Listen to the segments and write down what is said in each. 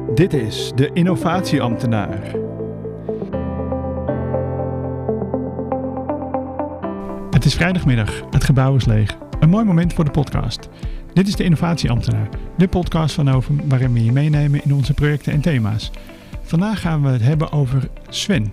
Dit is de Innovatieambtenaar. Het is vrijdagmiddag, het gebouw is leeg. Een mooi moment voor de podcast. Dit is de Innovatieambtenaar, de podcast van Novum waarin we je meenemen in onze projecten en thema's. Vandaag gaan we het hebben over Sven.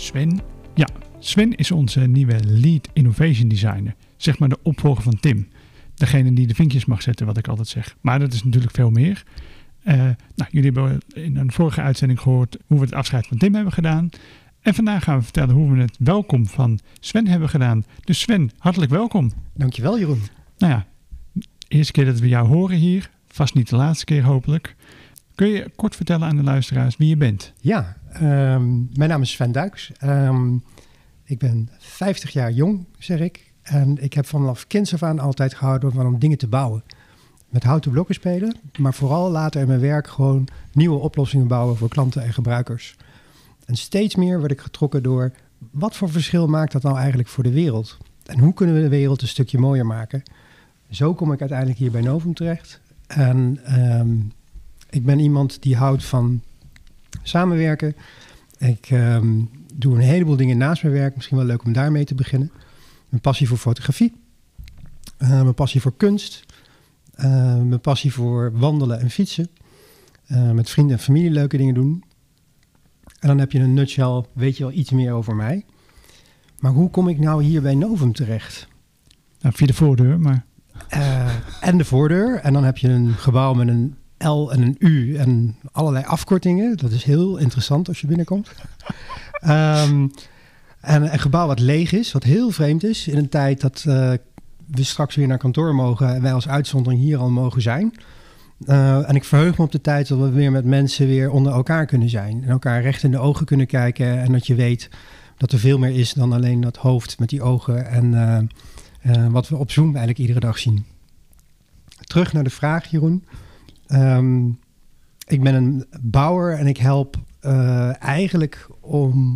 Sven is onze nieuwe Lead Innovation Designer. Zeg maar de opvolger van Tim. Degene die de vinkjes mag zetten, wat ik altijd zeg. Maar dat is natuurlijk veel meer. Jullie hebben in een vorige uitzending gehoord hoe we het afscheid van Tim hebben gedaan. En vandaag gaan we vertellen hoe we het welkom van Sven hebben gedaan. Dus Sven, hartelijk welkom. Dankjewel, Jeroen. Nou ja, de eerste keer dat we jou horen hier. Vast niet de laatste keer hopelijk. Kun je kort vertellen aan de luisteraars wie je bent? Ja, mijn naam is Sven Duiks. Ik ben 50 jaar jong, zeg ik. En ik heb vanaf kinds af aan altijd gehouden van om dingen te bouwen. Met houten blokken spelen, maar vooral later in mijn werk gewoon nieuwe oplossingen bouwen voor klanten en gebruikers. En steeds meer word ik getrokken door wat voor verschil maakt dat nou eigenlijk voor de wereld? En hoe kunnen we de wereld een stukje mooier maken? Zo kom ik uiteindelijk hier bij Novum terecht. En ik ben iemand die houdt van samenwerken. Ik doe een heleboel dingen naast mijn werk. Misschien wel leuk om daarmee te beginnen. Mijn passie voor fotografie. Mijn passie voor kunst. Mijn passie voor wandelen en fietsen. Met vrienden en familie leuke dingen doen. En dan heb je in een nutshell, weet je wel iets meer over mij. Maar hoe kom ik nou hier bij Novum terecht? Nou, via de voordeur, maar... En de voordeur. En dan heb je een gebouw met een L en een U en allerlei afkortingen. Dat is heel interessant als je binnenkomt. En een gebouw wat leeg is, wat heel vreemd is. In een tijd dat we straks weer naar kantoor mogen en wij als uitzondering hier al mogen zijn. En ik verheug me op de tijd dat we weer met mensen weer onder elkaar kunnen zijn. En elkaar recht in de ogen kunnen kijken. En dat je weet dat er veel meer is dan alleen dat hoofd met die ogen. En wat we op Zoom eigenlijk iedere dag zien. Terug naar de vraag, Jeroen. Ik ben een bouwer en ik help eigenlijk om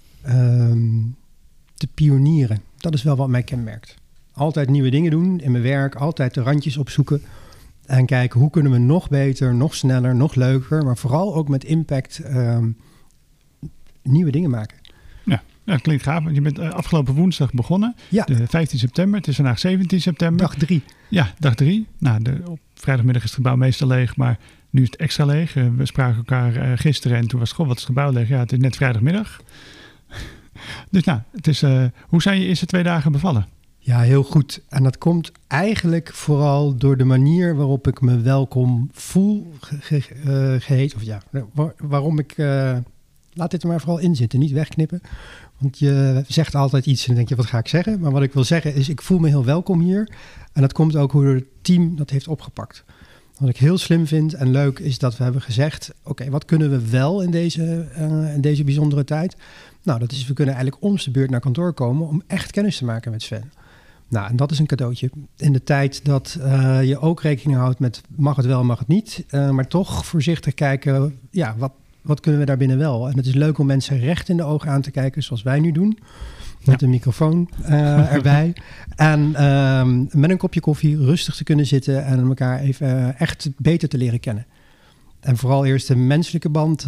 te pionieren. Dat is wel wat mij kenmerkt. Altijd nieuwe dingen doen in mijn werk, altijd de randjes opzoeken. En kijken hoe kunnen we nog beter, nog sneller, nog leuker, maar vooral ook met impact nieuwe dingen maken. Ja, dat klinkt gaaf. Want je bent afgelopen woensdag begonnen, ja. De 15 september. Het is vandaag 17 september. Dag 3. Ja, dag 3. Nou, op vrijdagmiddag is het gebouw meestal leeg, maar nu is het extra leeg. We spraken elkaar gisteren en toen was het, wat is het gebouw leeg? Ja, het is net vrijdagmiddag. Dus nou, hoe zijn je eerste 2 dagen bevallen? Ja, heel goed. En dat komt eigenlijk vooral door de manier waarop ik me welkom voel geheten. Of ja, waarom ik... laat dit er maar vooral in zitten, niet wegknippen. Want je zegt altijd iets en dan denk je, wat ga ik zeggen? Maar wat ik wil zeggen is, ik voel me heel welkom hier. En dat komt ook hoe het team dat heeft opgepakt. Wat ik heel slim vind en leuk is dat we hebben gezegd... oké, wat kunnen we wel in deze bijzondere tijd? Nou, dat is, we kunnen eigenlijk om de beurt naar kantoor komen... om echt kennis te maken met Sven. Nou, en dat is een cadeautje. In de tijd dat je ook rekening houdt met mag het wel, mag het niet. Maar toch voorzichtig kijken, ja, wat kunnen we daarbinnen wel? En het is leuk om mensen recht in de ogen aan te kijken, zoals wij nu doen. Met een microfoon erbij. En met een kopje koffie rustig te kunnen zitten en elkaar even echt beter te leren kennen. En vooral eerst de menselijke band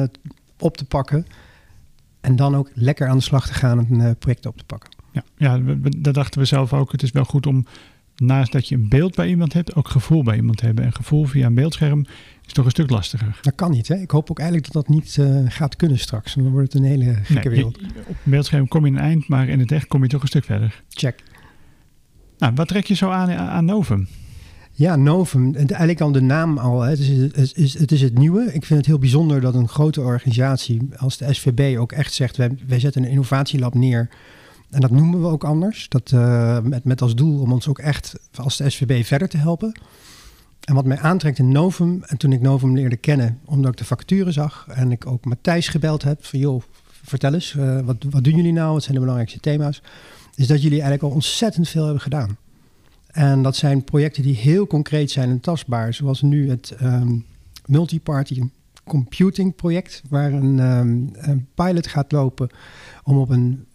op te pakken. En dan ook lekker aan de slag te gaan en een project op te pakken. Ja, dat dachten we zelf ook. Het is wel goed om, naast dat je een beeld bij iemand hebt, ook gevoel bij iemand te hebben. En gevoel via een beeldscherm is toch een stuk lastiger. Dat kan niet, hè? Ik hoop ook eigenlijk dat dat niet gaat kunnen straks. Dan wordt het een hele gekke wereld. Op een beeldscherm kom je een eind, maar in het echt kom je toch een stuk verder. Check. Nou, wat trek je zo aan Novum? Ja, Novum, eigenlijk al de naam al. Hè. Het is het nieuwe. Ik vind het heel bijzonder dat een grote organisatie als de SVB ook echt zegt... wij zetten een innovatielab neer. En dat noemen we ook anders. Dat, met als doel om ons ook echt als de SVB verder te helpen. En wat mij aantrekt in Novum, en toen ik Novum leerde kennen... omdat ik de vacature zag en ik ook Matthijs gebeld heb... van joh, vertel eens, wat doen jullie nou? Wat zijn de belangrijkste thema's? Is dat jullie eigenlijk al ontzettend veel hebben gedaan. En dat zijn projecten die heel concreet zijn en tastbaar. Zoals nu het multi-party computing project... waar een pilot gaat lopen om op een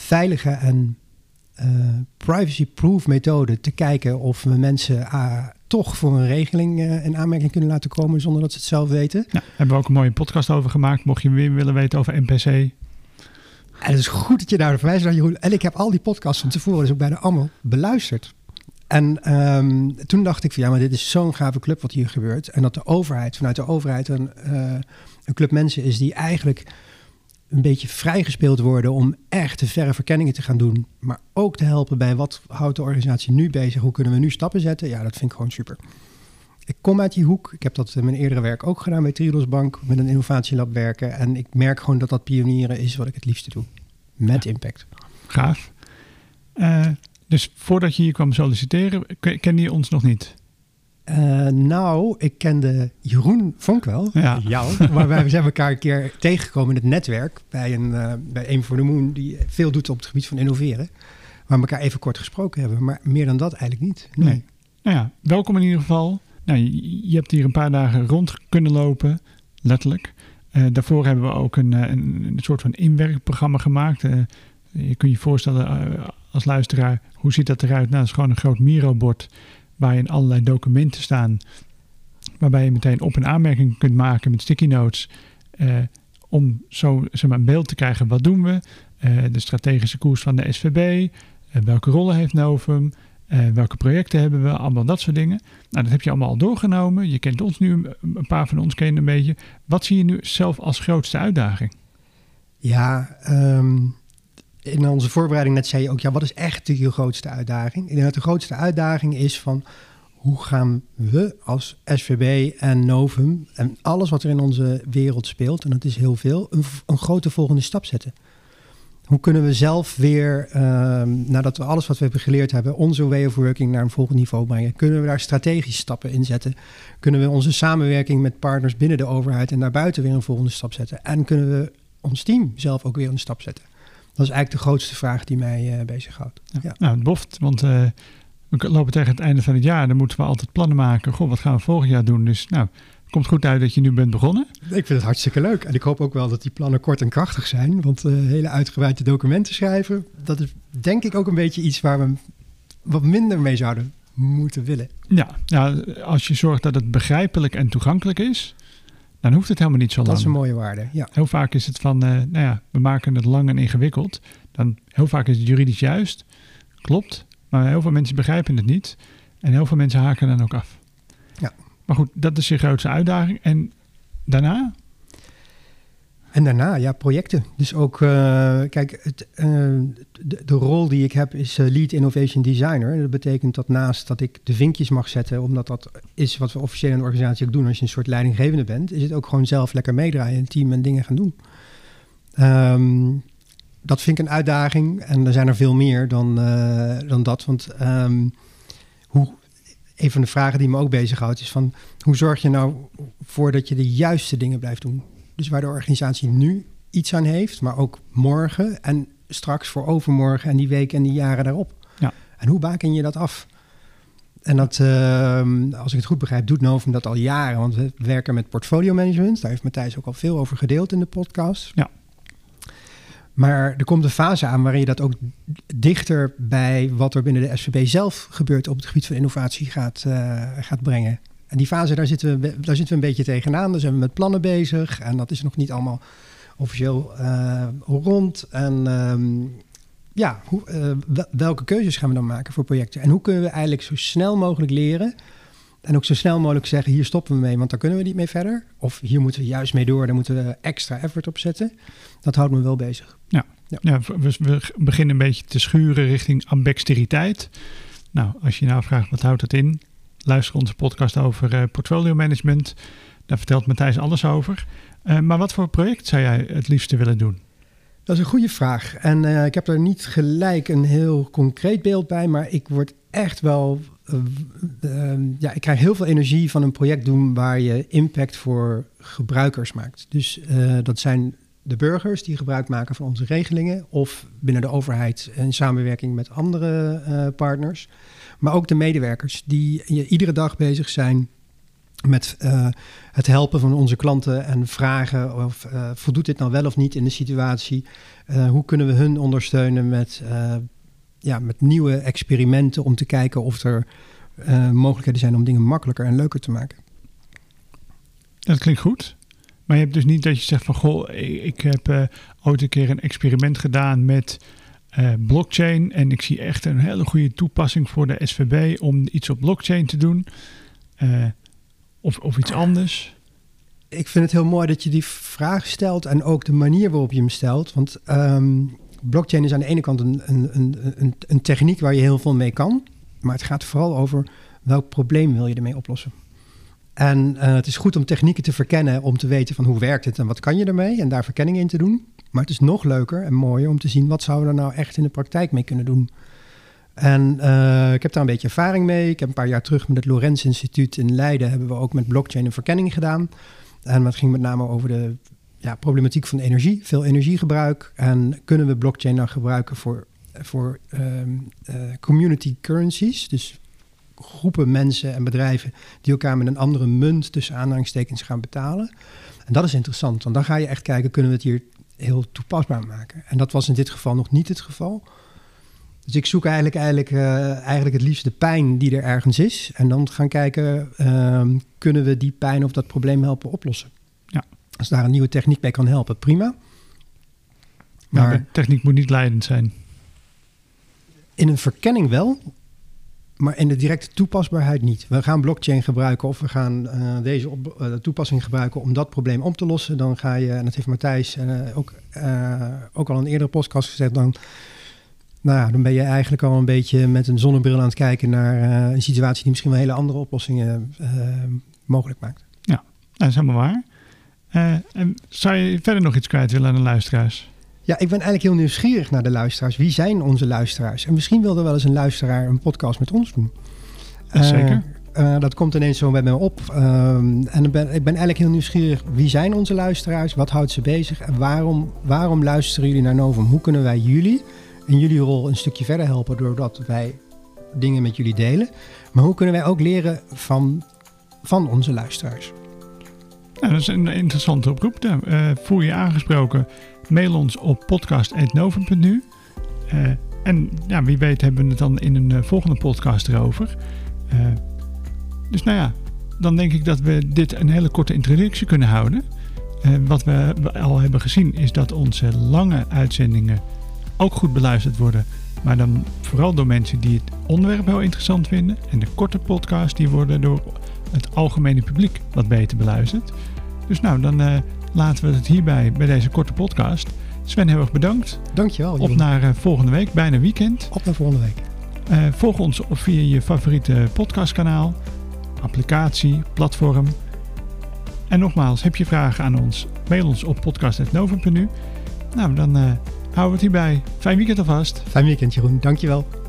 veilige en privacy-proof methode te kijken of we mensen toch voor een regeling in aanmerking kunnen laten komen zonder dat ze het zelf weten. Ja, hebben we ook een mooie podcast over gemaakt. Mocht je meer willen weten over NPC. En het is goed dat je daar verwijst naar, Jeroen. En ik heb al die podcasts van tevoren dus ook bijna allemaal beluisterd. En toen dacht ik van maar dit is zo'n gave club wat hier gebeurt. En dat vanuit de overheid een club mensen is die eigenlijk een beetje vrijgespeeld worden om echt de verre verkenningen te gaan doen. Maar ook te helpen bij wat houdt de organisatie nu bezig? Hoe kunnen we nu stappen zetten? Ja, dat vind ik gewoon super. Ik kom uit die hoek. Ik heb dat in mijn eerdere werk ook gedaan bij Triodos Bank. Met een innovatielab werken. En ik merk gewoon dat pionieren is wat ik het liefste doe. Met impact. Gaaf. Dus voordat je hier kwam solliciteren, kende je ons nog niet? Ik kende Jeroen Vonk wel, jou, maar wij zijn elkaar een keer tegengekomen in het netwerk bij Aim for the Moon, die veel doet op het gebied van innoveren, waar we elkaar even kort gesproken hebben, maar meer dan dat eigenlijk niet. Nee. Nou ja, welkom in ieder geval. Nou, je hebt hier een paar dagen rond kunnen lopen, letterlijk. Daarvoor hebben we ook een soort van inwerkprogramma gemaakt. Je kunt je voorstellen als luisteraar, hoe ziet dat eruit? Nou, dat is gewoon een groot Miro-bord waarin allerlei documenten staan, waarbij je meteen op- en aanmerking kunt maken met sticky notes, om zo een beeld te krijgen. Wat doen we? De strategische koers van de SVB, welke rollen heeft Novum, welke projecten hebben we, allemaal dat soort dingen. Nou, dat heb je allemaal al doorgenomen. Je kent ons nu, een paar van ons kennen een beetje. Wat zie je nu zelf als grootste uitdaging? Ja, in onze voorbereiding net zei je ook, wat is echt de grootste uitdaging? Ik denk dat de grootste uitdaging is van, hoe gaan we als SVB en Novum en alles wat er in onze wereld speelt, en dat is heel veel, een grote volgende stap zetten? Hoe kunnen we zelf weer, nadat we alles wat we hebben geleerd hebben, onze way of working naar een volgend niveau brengen? Kunnen we daar strategische stappen in zetten? Kunnen we onze samenwerking met partners binnen de overheid en daarbuiten weer een volgende stap zetten? En kunnen we ons team zelf ook weer een stap zetten? Dat is eigenlijk de grootste vraag die mij bezighoudt. Ja. Nou, het boft, want we lopen tegen het einde van het jaar. Dan moeten we altijd plannen maken. Goh, wat gaan we volgend jaar doen? Dus nou, het komt goed uit dat je nu bent begonnen. Ik vind het hartstikke leuk. En ik hoop ook wel dat die plannen kort en krachtig zijn. Want hele uitgebreide documenten schrijven, dat is denk ik ook een beetje iets waar we wat minder mee zouden moeten willen. Ja, als je zorgt dat het begrijpelijk en toegankelijk is, dan hoeft het helemaal niet zo lang. Dat is een mooie waarde, ja. Heel vaak is het van, we maken het lang en ingewikkeld. Dan heel vaak is het juridisch juist. Klopt. Maar heel veel mensen begrijpen het niet. En heel veel mensen haken dan ook af. Ja. Maar goed, dat is je grootste uitdaging. En daarna? En daarna, projecten. Dus ook, de rol die ik heb is Lead Innovation Designer. Dat betekent dat naast dat ik de vinkjes mag zetten, omdat dat is wat we officieel in de organisatie ook doen, als je een soort leidinggevende bent, is het ook gewoon zelf lekker meedraaien in het team en dingen gaan doen. Dat vind ik een uitdaging en er zijn er veel meer dan dat. Want een van de vragen die me ook bezighoudt is van, hoe zorg je nou voor dat je de juiste dingen blijft doen? Dus waar de organisatie nu iets aan heeft, maar ook morgen en straks voor overmorgen en die weken en die jaren daarop. Ja. En hoe baken je dat af? En dat, als ik het goed begrijp, doet Novum dat al jaren. Want we werken met portfolio management. Daar heeft Matthijs ook al veel over gedeeld in de podcast. Ja. Maar er komt een fase aan waarin je dat ook dichter bij wat er binnen de SVB zelf gebeurt op het gebied van innovatie gaat brengen. En die fase, daar zitten we een beetje tegenaan. Daar zijn we met plannen bezig. En dat is nog niet allemaal officieel rond. En welke keuzes gaan we dan maken voor projecten? En hoe kunnen we eigenlijk zo snel mogelijk leren? En ook zo snel mogelijk zeggen, hier stoppen we mee, want daar kunnen we niet mee verder. Of hier moeten we juist mee door, daar moeten we extra effort op zetten. Dat houdt me wel bezig. Ja, we beginnen een beetje te schuren richting ambexteriteit. Nou, als je nou vraagt, wat houdt dat in? Luister onze podcast over portfolio management. Daar vertelt Matthijs alles over. Maar wat voor project zou jij het liefste willen doen? Dat is een goede vraag. En ik heb er niet gelijk een heel concreet beeld bij, maar ik word echt wel... ik krijg heel veel energie van een project doen waar je impact voor gebruikers maakt. Dus dat zijn de burgers die gebruik maken van onze regelingen, of binnen de overheid in samenwerking met andere partners. Maar ook de medewerkers die iedere dag bezig zijn met het helpen van onze klanten en vragen of voldoet dit nou wel of niet in de situatie? Hoe kunnen we hun ondersteunen met nieuwe experimenten om te kijken of er mogelijkheden zijn om dingen makkelijker en leuker te maken. Dat klinkt goed. Maar je hebt dus niet dat je zegt van... Goh, ik heb ooit een keer een experiment gedaan met blockchain... en ik zie echt een hele goede toepassing voor de SVB... om iets op blockchain te doen. Of iets anders. Ik vind het heel mooi dat je die vraag stelt... en ook de manier waarop je hem stelt. Want blockchain is aan de ene kant een techniek... waar je heel veel mee kan. Maar het gaat vooral over... welk probleem wil je ermee oplossen? En het is goed om technieken te verkennen... om te weten van hoe werkt het en wat kan je ermee... en daar verkenning in te doen. Maar het is nog leuker en mooier om te zien... wat zouden we er nou echt in de praktijk mee kunnen doen. En ik heb daar een beetje ervaring mee. Ik heb een paar jaar terug met het Lorenz Instituut in Leiden... hebben we ook met blockchain een verkenning gedaan. En dat ging met name over de problematiek van energie. Veel energiegebruik. En kunnen we blockchain nou gebruiken voor community currencies... dus groepen mensen en bedrijven die elkaar met een andere munt tussen aanhalingstekens gaan betalen. En dat is interessant, want dan ga je echt kijken, kunnen we het hier heel toepasbaar maken? En dat was in dit geval nog niet het geval. Dus ik zoek eigenlijk het liefst de pijn die er ergens is. En dan gaan kijken, kunnen we die pijn of dat probleem helpen oplossen? Ja. Als daar een nieuwe techniek bij kan helpen, prima. Maar de techniek moet niet leidend zijn. In een verkenning wel. Maar in de directe toepasbaarheid niet. We gaan blockchain gebruiken of we gaan deze toepassing gebruiken om dat probleem op te lossen. Dan ga je, en dat heeft Matthijs ook al een eerdere podcast gezegd, dan ben je eigenlijk al een beetje met een zonnebril aan het kijken naar een situatie die misschien wel hele andere oplossingen mogelijk maakt. Ja, dat is helemaal waar. En zou je verder nog iets kwijt willen aan de luisteraars? Ja, ik ben eigenlijk heel nieuwsgierig naar de luisteraars. Wie zijn onze luisteraars? En misschien wil er wel eens een luisteraar een podcast met ons doen. Zeker. Dat komt ineens zo bij me op. En ik ben eigenlijk heel nieuwsgierig. Wie zijn onze luisteraars? Wat houdt ze bezig? En waarom luisteren jullie naar Novum? Hoe kunnen wij jullie in jullie rol een stukje verder helpen... doordat wij dingen met jullie delen? Maar hoe kunnen wij ook leren van onze luisteraars? Nou, dat is een interessante oproep. Voel je aangesproken... Mail ons op podcast@novum.nu. En wie weet hebben we het dan in een volgende podcast erover. Dus dan denk ik dat we dit een hele korte introductie kunnen houden. Wat we al hebben gezien is dat onze lange uitzendingen ook goed beluisterd worden. Maar dan vooral door mensen die het onderwerp heel interessant vinden. En de korte podcasts die worden door het algemene publiek wat beter beluisterd. Dus dan... laten we het hierbij bij deze korte podcast. Sven, heel erg bedankt. Dankjewel. Jeroen. Op naar volgende week, bijna weekend. Op naar volgende week. Volg ons via je favoriete podcastkanaal, applicatie, platform. En nogmaals, heb je vragen aan ons? Mail ons op podcast@novum.nu. Dan houden we het hierbij. Fijn weekend alvast. Fijn weekend, Jeroen. Dankjewel.